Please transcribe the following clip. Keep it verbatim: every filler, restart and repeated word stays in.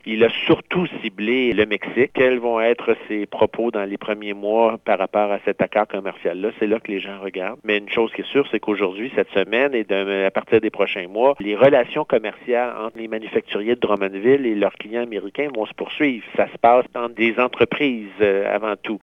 Il a surtout ciblé le Mexique. Quels vont être ses propos dans les premiers mois par rapport à cet accord commercial-là? C'est là que les gens regardent. Mais une chose qui est sûre, c'est qu'aujourd'hui, cette semaine et de, à partir des prochains mois, les relations commerciales entre les manufacturiers de Drummondville et leurs clients américains vont se poursuivre. Ça se passe dans des entreprises euh, avant tout.